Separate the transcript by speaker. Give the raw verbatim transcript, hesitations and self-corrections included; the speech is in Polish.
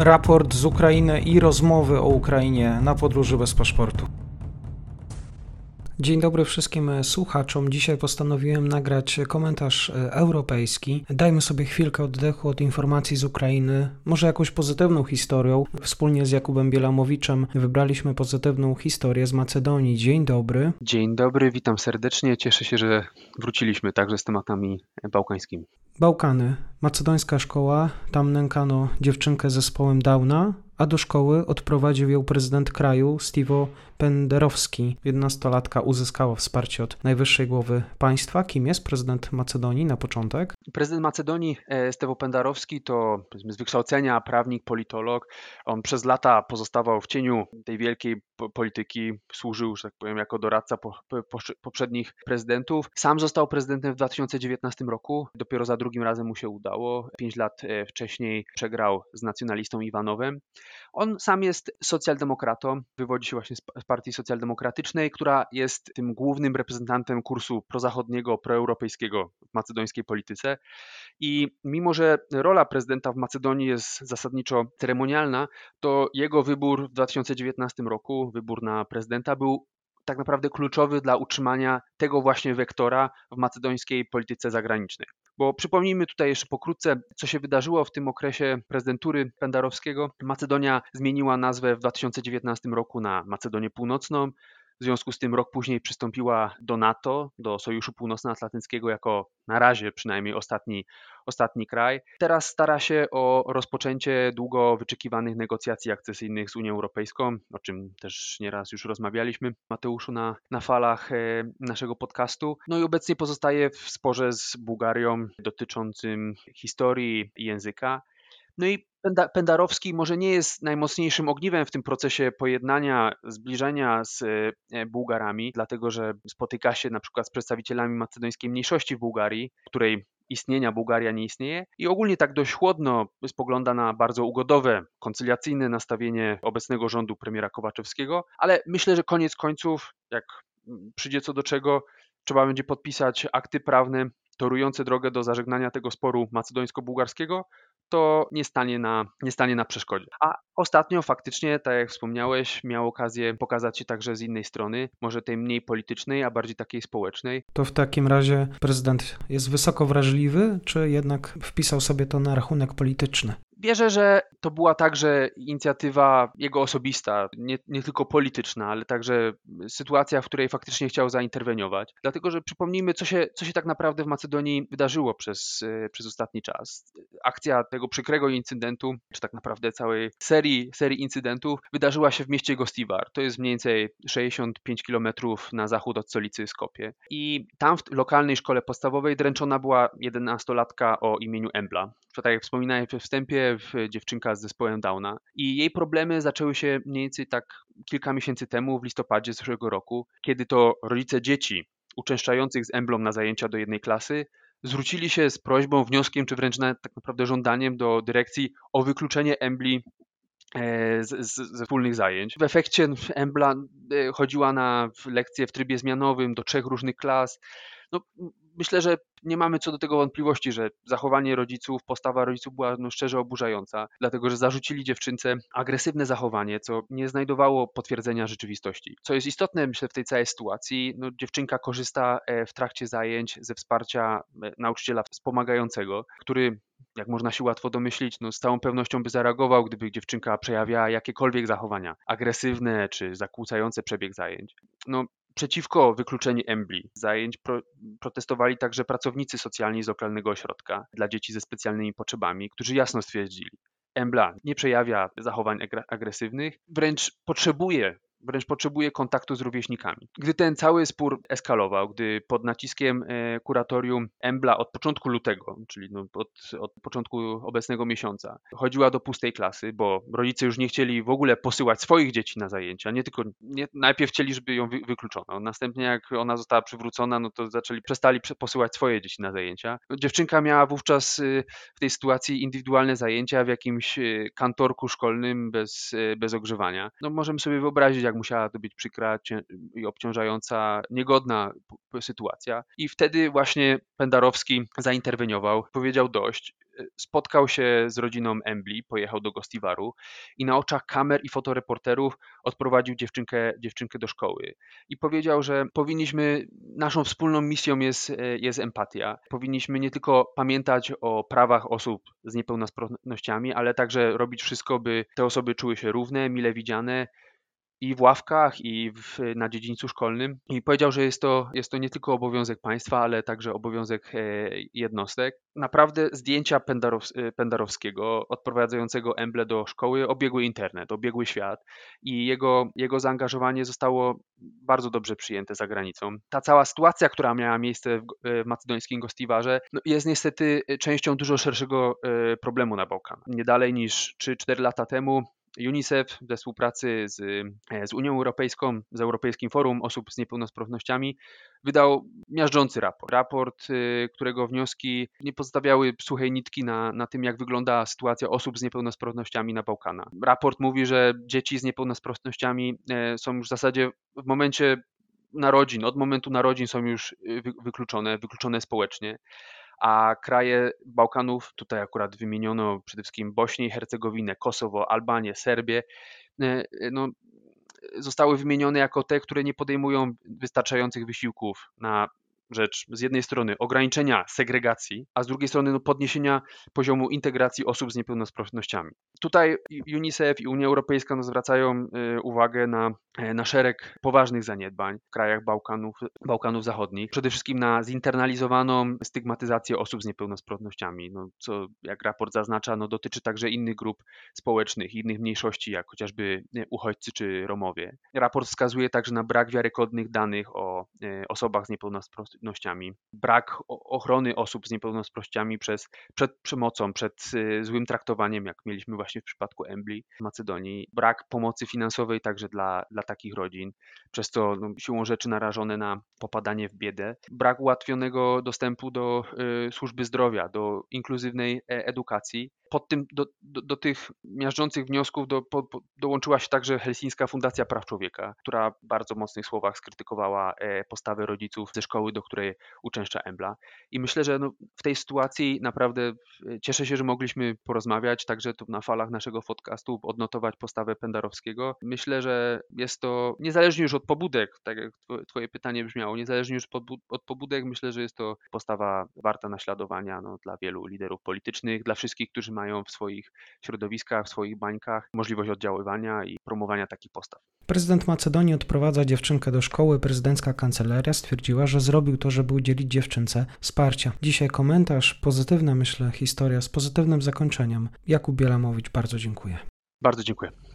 Speaker 1: Raport z Ukrainy i rozmowy o Ukrainie na podróży bez paszportu. Dzień dobry wszystkim słuchaczom. Dzisiaj postanowiłem nagrać komentarz europejski. Dajmy sobie chwilkę oddechu od informacji z Ukrainy, może jakąś pozytywną historią. Wspólnie z Jakubem Bielamowiczem wybraliśmy pozytywną historię z Macedonii. Dzień dobry.
Speaker 2: Dzień dobry, witam serdecznie. Cieszę się, że wróciliśmy także z tematami bałkańskimi.
Speaker 1: Bałkany. Macedońska szkoła. Tam nękano dziewczynkę z zespołem Downa, a do szkoły odprowadził ją prezydent kraju Stevo Penderowski. Jedenastolatka uzyskała wsparcie od najwyższej głowy państwa. Kim jest prezydent Macedonii na początek?
Speaker 2: Prezydent Macedonii Stevo Penderowski to z wykształcenia prawnik, politolog. On przez lata pozostawał w cieniu tej wielkiej polityki, służył, że tak powiem, jako doradca po, po, poprzednich prezydentów. Sam został prezydentem w dwa tysiące dziewiętnastym roku. Dopiero za drugim razem mu się udało. Pięć lat wcześniej przegrał z nacjonalistą Iwanowem. On sam jest socjaldemokratą, wywodzi się właśnie z partii socjaldemokratycznej, która jest tym głównym reprezentantem kursu prozachodniego, proeuropejskiego w macedońskiej polityce. I mimo, że rola prezydenta w Macedonii jest zasadniczo ceremonialna, to jego wybór w dwa tysiące dziewiętnastym roku, wybór na prezydenta, był tak naprawdę kluczowy dla utrzymania tego właśnie wektora w macedońskiej polityce zagranicznej. Bo przypomnijmy tutaj jeszcze pokrótce, co się wydarzyło w tym okresie prezydentury Penderowskiego. Macedonia zmieniła nazwę w dwa tysiące dziewiętnastym roku na Macedonię Północną. W związku z tym rok później przystąpiła do NATO, do Sojuszu Północnoatlantyckiego jako na razie przynajmniej ostatni, ostatni kraj. Teraz stara się o rozpoczęcie długo wyczekiwanych negocjacji akcesyjnych z Unią Europejską, o czym też nieraz już rozmawialiśmy, Mateuszu, na, na falach naszego podcastu. No i obecnie pozostaje w sporze z Bułgarią dotyczącym historii i języka. No i Penderowski może nie jest najmocniejszym ogniwem w tym procesie pojednania, zbliżenia z Bułgarami, dlatego że spotyka się na przykład z przedstawicielami macedońskiej mniejszości w Bułgarii, której istnienia Bułgaria nie istnieje i ogólnie tak dość chłodno spogląda na bardzo ugodowe, koncyliacyjne nastawienie obecnego rządu premiera Kowaczewskiego, ale myślę, że koniec końców, jak przyjdzie co do czego, trzeba będzie podpisać akty prawne torujące drogę do zażegnania tego sporu macedońsko-bułgarskiego, to nie stanie na, nie stanie na przeszkodzie. A ostatnio faktycznie, tak jak wspomniałeś, miał okazję pokazać się także z innej strony, może tej mniej politycznej, a bardziej takiej społecznej.
Speaker 1: To w takim razie prezydent jest wysoko wrażliwy, czy jednak wpisał sobie to na rachunek polityczny?
Speaker 2: Wierzę, że to była także inicjatywa jego osobista, nie, nie tylko polityczna, ale także sytuacja, w której faktycznie chciał zainterweniować. Dlatego, że przypomnijmy, co się, co się tak naprawdę w Macedonii wydarzyło przez, przez ostatni czas. Akcja tego przykrego incydentu, czy tak naprawdę całej serii, serii incydentów, wydarzyła się w mieście Gostivar. To jest mniej więcej sześćdziesiąt pięć kilometrów na zachód od stolicy Skopje. I tam w lokalnej szkole podstawowej dręczona była jedenastolatka o imieniu Embla. To tak jak wspominałem we wstępie, dziewczynka z zespołem Downa. I jej problemy zaczęły się mniej więcej tak kilka miesięcy temu, w listopadzie zeszłego roku, kiedy to rodzice dzieci uczęszczających z Emblą na zajęcia do jednej klasy zwrócili się z prośbą, wnioskiem, czy wręcz nawet tak naprawdę żądaniem do dyrekcji o wykluczenie Embli z, z, ze wspólnych zajęć. W efekcie Embla chodziła na lekcje w trybie zmianowym do trzech różnych klas. No, myślę, że nie mamy co do tego wątpliwości, że zachowanie rodziców, postawa rodziców była no, szczerze oburzająca, dlatego że zarzucili dziewczynce agresywne zachowanie, co nie znajdowało potwierdzenia rzeczywistości. Co jest istotne, myślę, w tej całej sytuacji, no, dziewczynka korzysta w trakcie zajęć ze wsparcia nauczyciela wspomagającego, który, jak można się łatwo domyślić, no, z całą pewnością by zareagował, gdyby dziewczynka przejawiała jakiekolwiek zachowania agresywne czy zakłócające przebieg zajęć. No, przeciwko wykluczeniu Embli z zajęć pro, protestowali także pracownicy socjalni z lokalnego ośrodka dla dzieci ze specjalnymi potrzebami, którzy jasno stwierdzili, Embla nie przejawia zachowań agresywnych, wręcz potrzebuje wręcz potrzebuje kontaktu z rówieśnikami. Gdy ten cały spór eskalował, gdy pod naciskiem kuratorium Embla od początku lutego, czyli no od, od początku obecnego miesiąca, chodziła do pustej klasy, bo rodzice już nie chcieli w ogóle posyłać swoich dzieci na zajęcia, nie tylko, nie, najpierw chcieli, żeby ją wy, wykluczono. Następnie jak ona została przywrócona, no to zaczęli, przestali posyłać swoje dzieci na zajęcia. Dziewczynka miała wówczas w tej sytuacji indywidualne zajęcia w jakimś kantorku szkolnym bez, bez ogrzewania. No możemy sobie wyobrazić, jak musiała to być przykra i obciążająca, niegodna sytuacja. I wtedy właśnie Penderowski zainterweniował, powiedział dość. spotkał się z rodziną Embli, pojechał do Gostivaru i na oczach kamer i fotoreporterów odprowadził dziewczynkę, dziewczynkę do szkoły. I powiedział, że powinniśmy, naszą wspólną misją jest, jest empatia. Powinniśmy nie tylko pamiętać o prawach osób z niepełnosprawnościami, ale także robić wszystko, by te osoby czuły się równe, mile widziane, i w ławkach, i w, na dziedzińcu szkolnym. I powiedział, że jest to, jest to nie tylko obowiązek państwa, ale także obowiązek e, jednostek. Naprawdę zdjęcia Pendarows, Pendarowskiego, odprowadzającego Emblę do szkoły, obiegły internet, obiegły świat i jego, jego zaangażowanie zostało bardzo dobrze przyjęte za granicą. Ta cała sytuacja, która miała miejsce w, w macedońskim Gostivarze, no jest niestety częścią dużo szerszego e, problemu na Bałkanach. Nie dalej niż trzy cztery lata temu UNICEF we współpracy z, z Unią Europejską, z Europejskim Forum Osób z Niepełnosprawnościami wydał miażdżący raport. Raport, którego wnioski nie pozostawiały suchej nitki na, na tym, jak wygląda sytuacja osób z niepełnosprawnościami na Bałkanach. Raport mówi, że dzieci z niepełnosprawnościami są już w zasadzie w momencie narodzin, od momentu narodzin są już wykluczone, wykluczone społecznie. A kraje Bałkanów, tutaj akurat wymieniono przede wszystkim Bośnię i Hercegowinę, Kosowo, Albanię, Serbię, no, zostały wymienione jako te, które nie podejmują wystarczających wysiłków na rzecz z jednej strony ograniczenia segregacji, a z drugiej strony no, podniesienia poziomu integracji osób z niepełnosprawnościami. Tutaj UNICEF i Unia Europejska no, zwracają y, uwagę na, na szereg poważnych zaniedbań w krajach Bałkanów, Bałkanów Zachodnich. Przede wszystkim na zinternalizowaną stygmatyzację osób z niepełnosprawnościami, no, co jak raport zaznacza, no, dotyczy także innych grup społecznych, innych mniejszości, jak chociażby uchodźcy czy Romowie. Raport wskazuje także na brak wiarygodnych danych o y, osobach z niepełnosprawnościami, brak ochrony osób z niepełnosprawnościami przez, przed przemocą, przed złym traktowaniem, jak mieliśmy właśnie w przypadku Embli w Macedonii, brak pomocy finansowej także dla, dla takich rodzin, przez co no, siłą rzeczy narażone na popadanie w biedę, brak ułatwionego dostępu do y, służby zdrowia, do inkluzywnej edukacji. Pod tym, do, do, do tych miażdżących wniosków do, po, po, dołączyła się także Helsińska Fundacja Praw Człowieka, która w bardzo mocnych słowach skrytykowała e, postawę rodziców ze szkoły, do której uczęszcza Embla. I myślę, że no, w tej sytuacji naprawdę cieszę się, że mogliśmy porozmawiać, także tu na falach naszego podcastu odnotować postawę Pendarowskiego. Myślę, że jest to, niezależnie już od pobudek, tak jak twoje pytanie brzmiało, niezależnie już od pobudek, myślę, że jest to postawa warta naśladowania no, dla wielu liderów politycznych, dla wszystkich, którzy mają w swoich środowiskach, w swoich bańkach możliwość oddziaływania i promowania takich postaw.
Speaker 1: Prezydent Macedonii odprowadza dziewczynkę do szkoły. Prezydencka kancelaria stwierdziła, że zrobił to, żeby udzielić dziewczynce wsparcia. Dzisiaj komentarz, pozytywna, myślę, historia z pozytywnym zakończeniem. Jakub Bielamowicz, bardzo dziękuję.
Speaker 2: Bardzo dziękuję.